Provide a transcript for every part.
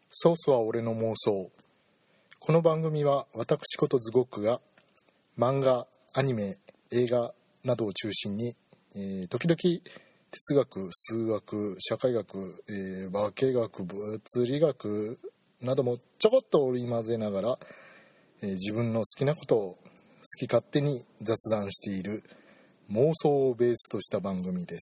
ソースは俺の妄想。この番組は私ことズゴックが漫画、アニメ、映画などを中心に、時々哲学、数学、社会学、化学、物理学などもちょこっと織り交ぜながら、自分の好きなことを好き勝手に雑談している妄想をベースとした番組です。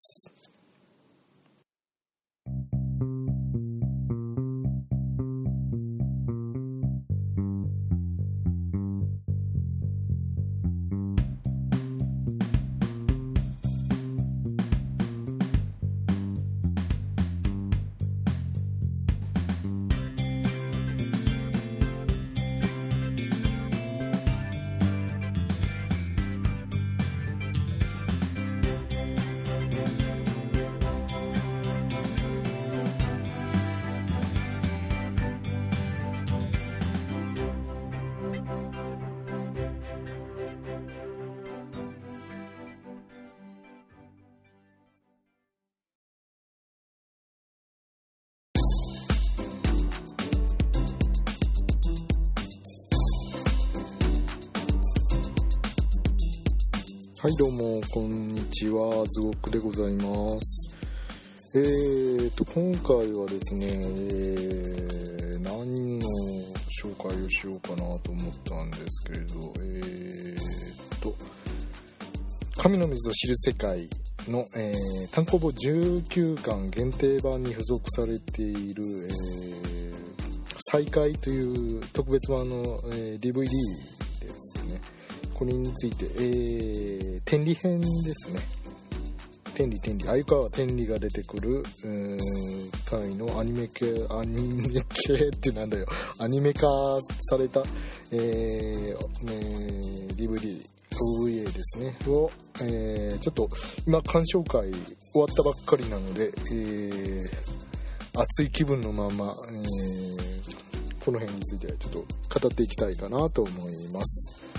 はい、どうもこんにちは、ズゴックでございます。今回はですね、何の紹介をしようかなと思ったんですけれど、神の水を知る世界の、単行本19巻限定版に付属されている、再会という特別版の、DVD ですね。これについて、天理編ですね。天理鮎川天理が出てくる回のアニメ系ってなんだよ、アニメ化された、DVD OVA ですねを、ちょっと今鑑賞会終わったばっかりなので、熱い気分のまま、この辺についてちょっと語っていきたいかなと思います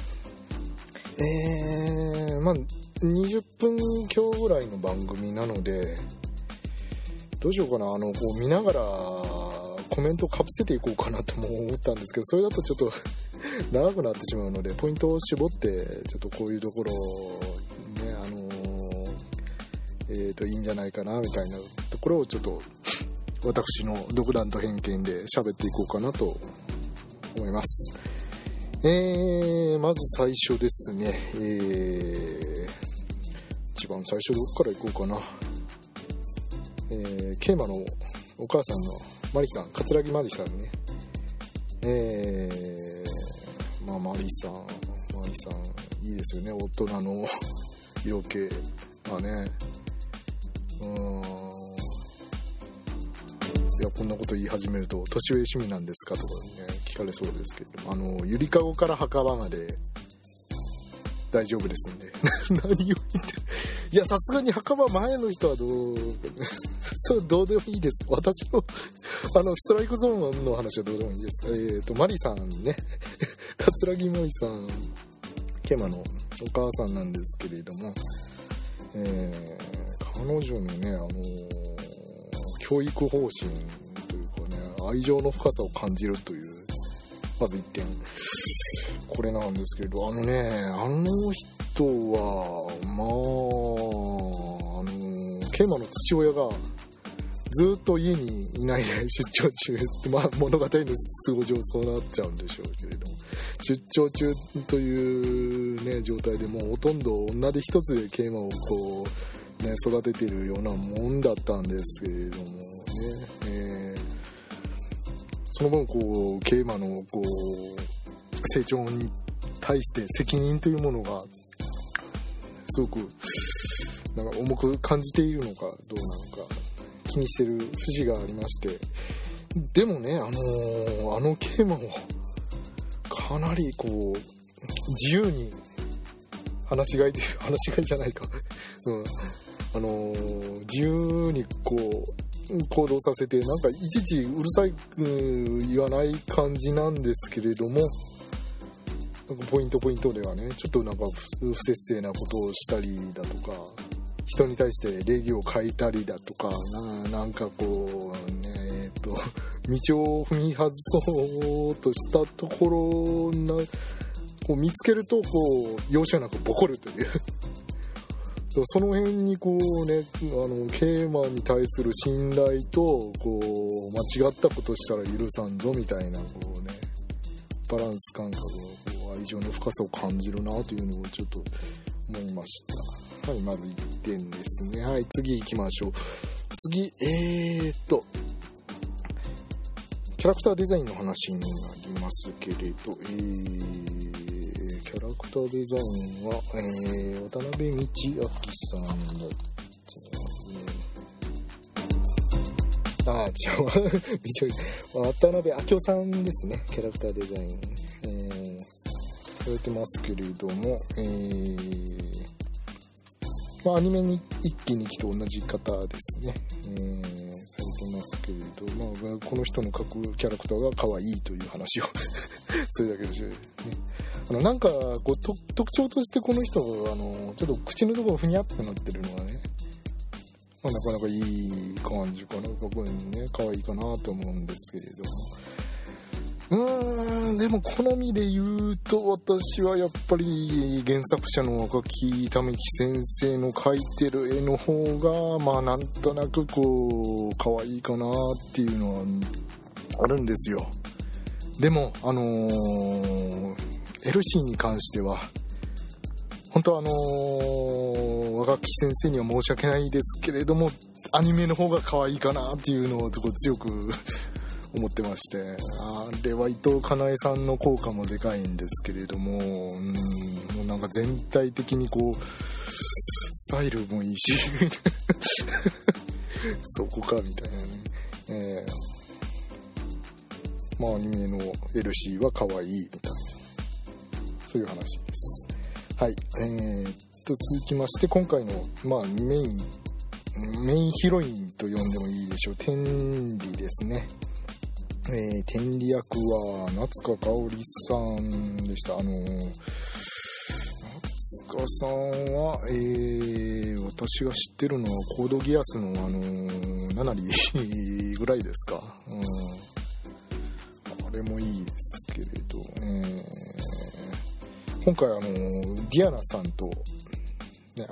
。20分強ぐらいの番組なので、どうしようかな、こう見ながらコメントかぶせていこうかなとも思ったんですけど、それだとちょっと長くなってしまうので、ポイントを絞ってちょっとこういうところね、いいんじゃないかなみたいなところをちょっと私の独断と偏見で喋っていこうかなと思います。まず最初ですね、一番最初どこから行こうかな。ケイマのお母さんのマリさん、桂木マリさんね。マリさんいいですよね、大人の色気がね。いや、こんなこと言い始めると年上趣味なんですかとかね聞かれそうですけど、ゆりかごから墓場まで大丈夫ですんで何を言ってる、いや、さすがに墓場前の人はそれどうでもいいです。私のストライクゾーンの話はどうでもいいです。マリさんね桂木マリさん、ケマのお母さんなんですけれども、彼女のね、教育方針というかね、愛情の深さを感じるという、まず一点これなんですけれど、あの人はケイマの父親がずっと家にいないで出張中、物語の都合上そうなっちゃうんでしょうけれども、出張中というね状態でもうほとんど女手一つでケイマをこうね、育てているようなもんだったんですけれどもね、その分こうケイマのこう成長に対して責任というものがすごくなんか重く感じているのかどうなのか気にしている節がありまして、でもね、ケイマもかなりこう自由に話し飼いじゃないか自由にこう行動させて、なんかいちいちうるさい言わない感じなんですけれども、なんかポイントではね、ちょっとなんか不節制なことをしたりだとか、人に対して礼儀を欠いたりだとか、なんかこうね道を踏み外そうとしたところこう見つけるとこう容赦なくボコるというその辺にこうねケイマに対する信頼とこう間違ったことしたら許さんぞみたいなこうねバランス感覚のこう愛情の深さを感じるなというのをちょっと思いました。はい、まず1点ですね。はい、次行きましょう。次キャラクターデザインの話になりますけれど、キャラクターデザインは、渡辺道明さんだったね。渡辺明夫さんですね。キャラクターデザイン、されてますけれども、アニメに一期二期と同じ方ですね、されてますけれど、この人の描くキャラクターが可愛いという話をそれだけでしょうね。なんかこう特徴としてこの人ちょっと口のところふにゃってなってるのがね、なかなかいい感じかな、ここにね可愛いかなと思うんですけれども、でも好みで言うと私はやっぱり原作者の若木為樹先生の描いてる絵の方がなんとなくこう可愛いかなっていうのはあるんですよ。でもエルシーに関しては本当若木先生には申し訳ないですけれどもアニメの方が可愛いかなっていうのを強く思ってまして、あれは伊藤かなえさんの効果もでかいんですけれども、もうなんか全体的にこうスタイルもいいしそこかみたいなね、アニメのエルシーは可愛いみたいな、そういう話です。はい、続きまして今回の、メインヒロインと呼んでもいいでしょう、天理ですね。天理役は夏香香織さんでした。夏香さんは、私が知ってるのはコードギアスのナナリぐらいですか、あれもいいですけれど、今回ディアナさんと、ね、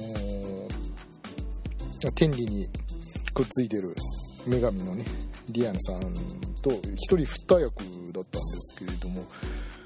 天理にくっついてる女神のねディアナさんと一人二役だったんですけれども、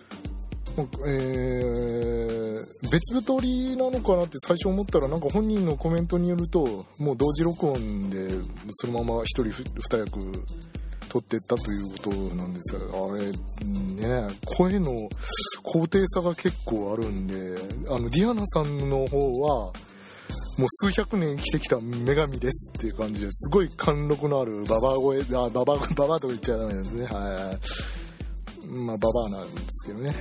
別撮りなのかなって最初思ったら、なんか本人のコメントによるともう同時録音でそのまま一人二役撮ってったということなんですが、あれね声の高低差が結構あるんで、ディアナさんの方はもう数百年生きてきた女神ですっていう感じですごい貫禄のあるババア声、ババアとか言っちゃダメなんですね。はい、ババアなんですけどね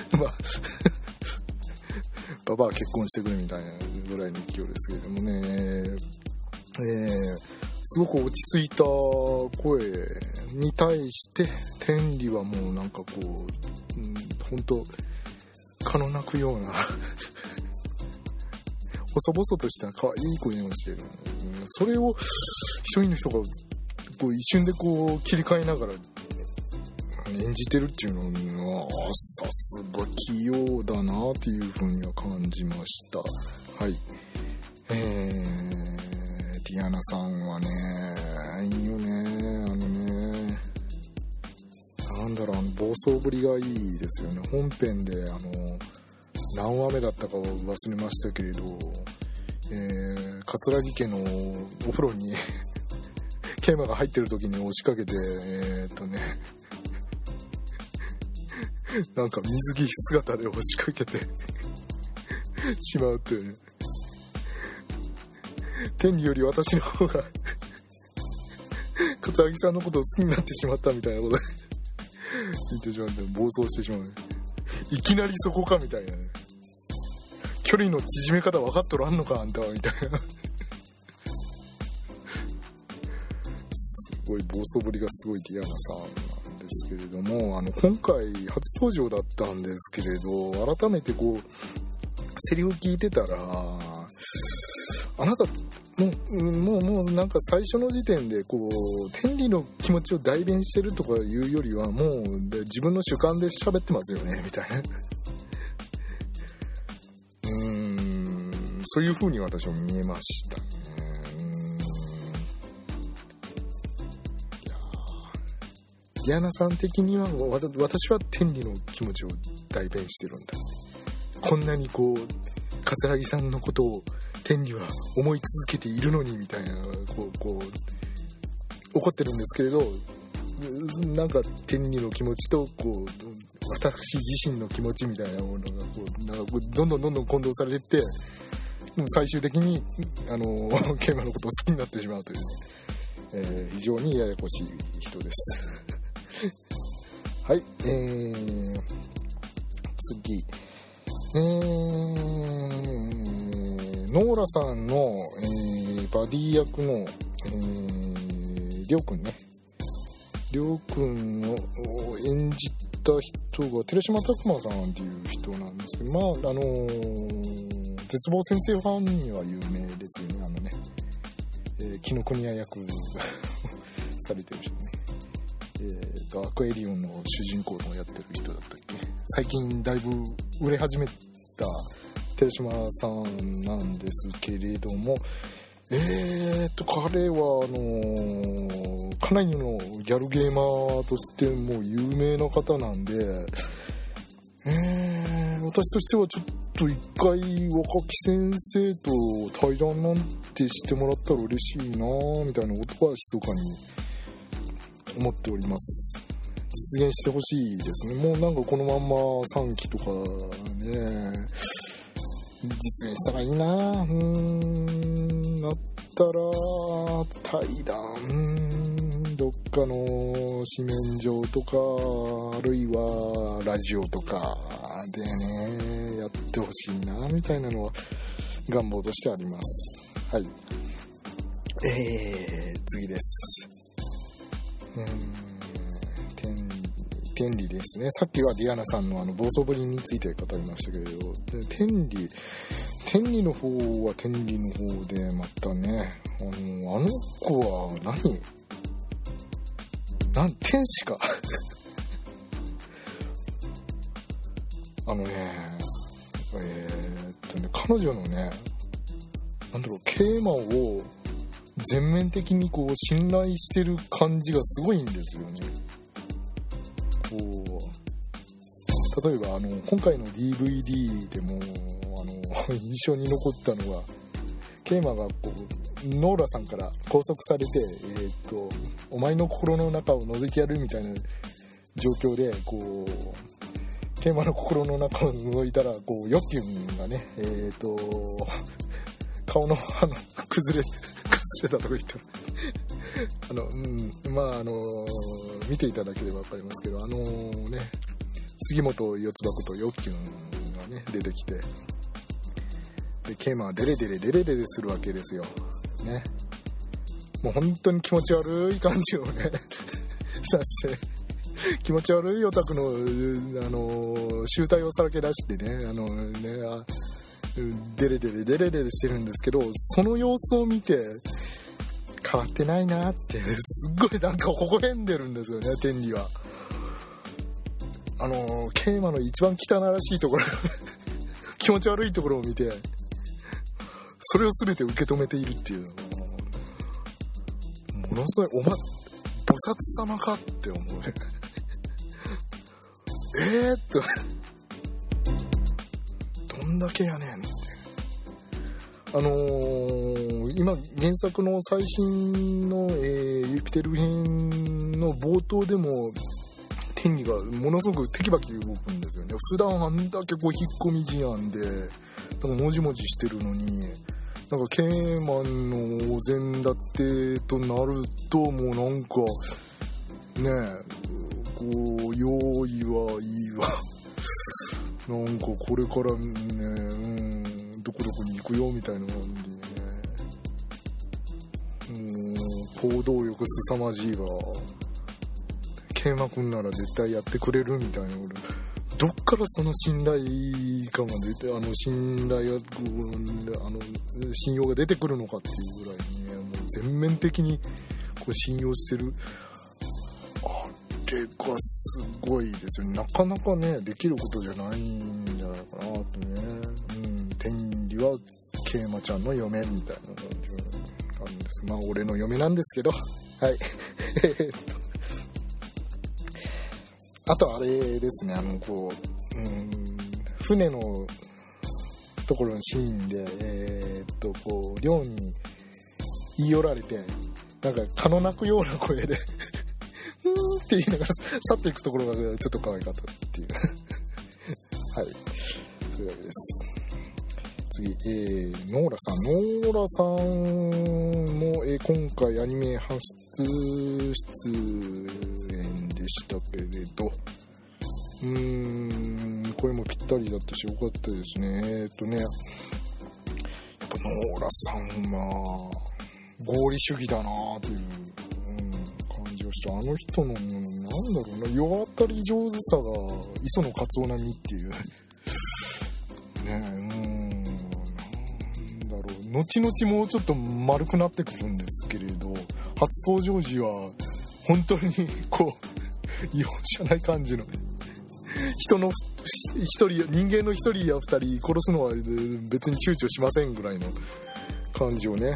ババア結婚してくれみたいなぐらいの勢いですけれどもね、すごく落ち着いた声に対して天理はもうなんかこう、本当蚊の鳴くような細々とした可愛い声をしている、それを一人の人がこう一瞬でこう切り替えながら演じてるっていうのはさすが器用だなっていう風には感じました。はい、ディアナさんはねいいよね。なんだろう、暴走ぶりがいいですよね。本編で何話目だったかを忘れましたけれど、桂木家のお風呂にケイマが入ってる時に押しかけてなんか水着姿で押しかけてしまうっていうね、天理より私の方が桂木さんのことを好きになってしまったみたいなこと言ってしまって暴走してしまう、いきなりそこかみたいなね、距離の縮め方分かっとらんのかあんたはみたいなすごい暴走ぶりがすごいディアナさんなんですけれども、今回初登場だったんですけれど、改めてこうセリフ聞いてたら、あなたもうなんか最初の時点でこう天理の気持ちを代弁してるとかいうよりはもう自分の主観で喋ってますよねみたいなそういう風に私も見えましたね。ディアナさん的には私は天理の気持ちを代弁してるんだ、こんなにこう桂木さんのことを天理は思い続けているのにみたいなこう怒ってるんですけれど、なんか天理の気持ちとこう私自身の気持ちみたいなものがなんかどんどん混同されていって、最終的にケイマのことを好きになってしまうという、非常にややこしい人ですはい、次、ノーラさんの、バディ役の、りょうくんね、りょうくんを演じた人が寺島拓磨さんっていう人なんですけど、絶望先生ファンには有名ですよね。紀ノ国屋役されてる人ね。アクエリオンの主人公もやってる人だったっけ。最近だいぶ売れ始めた寺島さんなんですけれども、彼はかなりのギャルゲーマーとしても有名な方なんで、私としてはちょっと一回若木先生と対談なんてしてもらったら嬉しいなみたいなことは密かに思っております。実現してほしいですね。もうなんかこのまんま3期とかね実現したらいいな。なったら対談どっかの紙面上とかあるいはラジオとかでねやってほしいなみたいなのは願望としてあります。はい、次です。天理ですね。さっきはディアナさんの暴走ぶりについて語りましたけれど、天理の方は天理の方でまたね、あの子は天使か彼女のね、ケーマを全面的にこう信頼してる感じがすごいんですよね。例えば今回の DVD でも印象に残ったのは、ケイマがノーラさんから拘束されて、お前の心の中を覗いてやるみたいな状況でケイマの心の中を覗いたらヨッキュンがね、顔の崩れたとか言ったら見ていただければ分かりますけど、杉本四つ葉ことヨッキュンがね出てきて、でケイマはデレデレするわけですよね。もう本当に気持ち悪い感じをね出して気持ち悪いオタクの集大をさらけ出してねデレデレしてるんですけど、その様子を見て変わってないなってすっごいなんか微笑んでるんですよね。天理はケイマの一番汚らしいところ気持ち悪いところを見てそれを全て受け止めているっていう、ものすごいお前菩薩様かって思うどんだけやねんって。今原作の最新の、ユピテル編の冒頭でも天理がものすごくテキパキ動くんですよね。普段あんだけ引っ込み思案でなんかもじもじしてるのに、なんかケーマンのお膳立てとなるともうなんかね用意はいいわなんかこれからねどこどこに行くよみたいな感じでね、行動力すさまじいわ、ケイマくんなら絶対やってくれるみたいな、 どっからその信頼感が出て、信頼が信用が出てくるのかっていうぐらいにね、もう全面的にこう信用してる。あれがすごいですよね。なかなかねできることじゃないんじゃないかなとね。天理は桂馬ちゃんの嫁みたいな感じがあるんです。まあ俺の嫁なんですけど、はいあとあれですね、こう、船のところのシーンで、こう漁に言い寄られて、なんか蚊の鳴くような声でって言いながら去っていくところがちょっと可愛かったっていうはい、そういうわけです。次、ノーラさんも、今回アニメ初出演でしたけれど、声もぴったりだったしよかったですね。やっぱノーラさんは合理主義だなという、感じをした。あの人のなんだろうな、世当たり上手さが磯野カツオ並みっていうね。後々もうちょっと丸くなってくるんですけれど、初登場時は本当にこう容赦ない感じの人の人間の一人や二人殺すのは別に躊躇しませんぐらいの感じをね、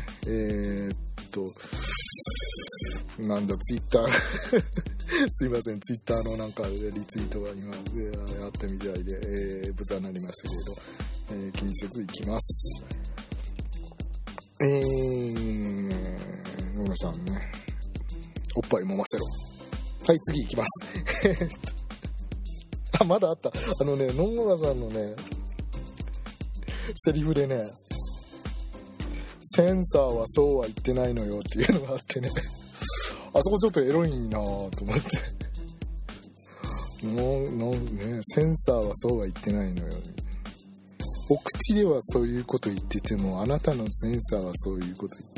なんだツイッターすいません、ツイッターのなんかリツイートが今あったみたいで、ブザーになりましたけれど、気にせずいきます。野村さんね、おっぱい揉ませろ。はい、次いきますあ、まだあった。野村さんのねセリフでね、センサーはそうは言ってないのよっていうのがあってねあそこちょっとエロいなと思ってセンサーはそうは言ってないのよ、お口ではそういうこと言っててもあなたのセンサーはそういうこと言って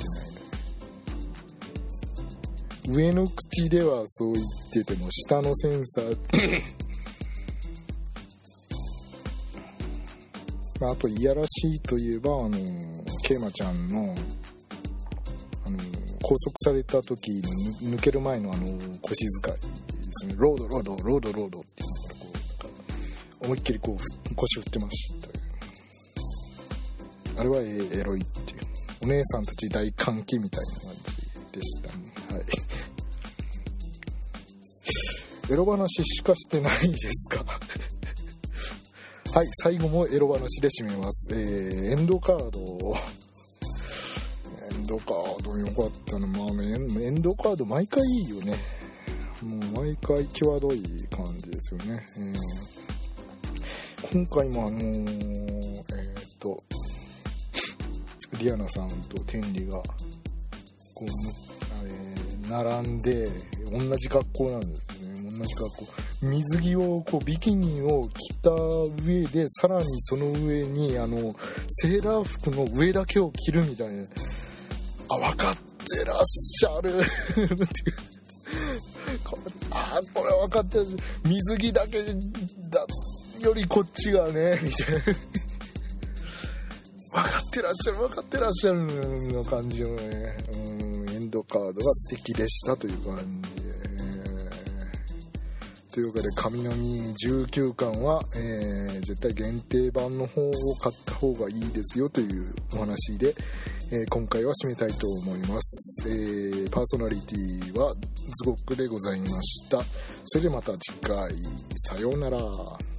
ないのよ。上の口ではそう言ってても下のセンサーあといやらしいといえばケイマちゃんの拘束された時に抜ける前の腰使いですね。ロードっていうのからこう思いっきりこう腰振ってました。あれはエロいっていう、お姉さんたち大歓喜みたいな感じでしたね。はいエロ話しかしてないですかはい、最後もエロ話で締めます。エンドカードよかったの。エンドカード毎回いいよね。もう毎回際どい感じですよね。今回もリアナさんと天理がこう、並んで同じ格好なんですよね。同じ格好、水着をこうビキニを着た上でさらにその上にセーラー服の上だけを着るみたいな。あ、分かってらっしゃるこれ分かってらっしゃる。水着だけだよりこっちがねみたいな分かってらっしゃるの感じのね、エンドカードが素敵でしたという感じで、というわけで神々19巻は、絶対限定版の方を買った方がいいですよというお話で、今回は締めたいと思います。パーソナリティはズゴックでございました。それではまた次回、さようなら。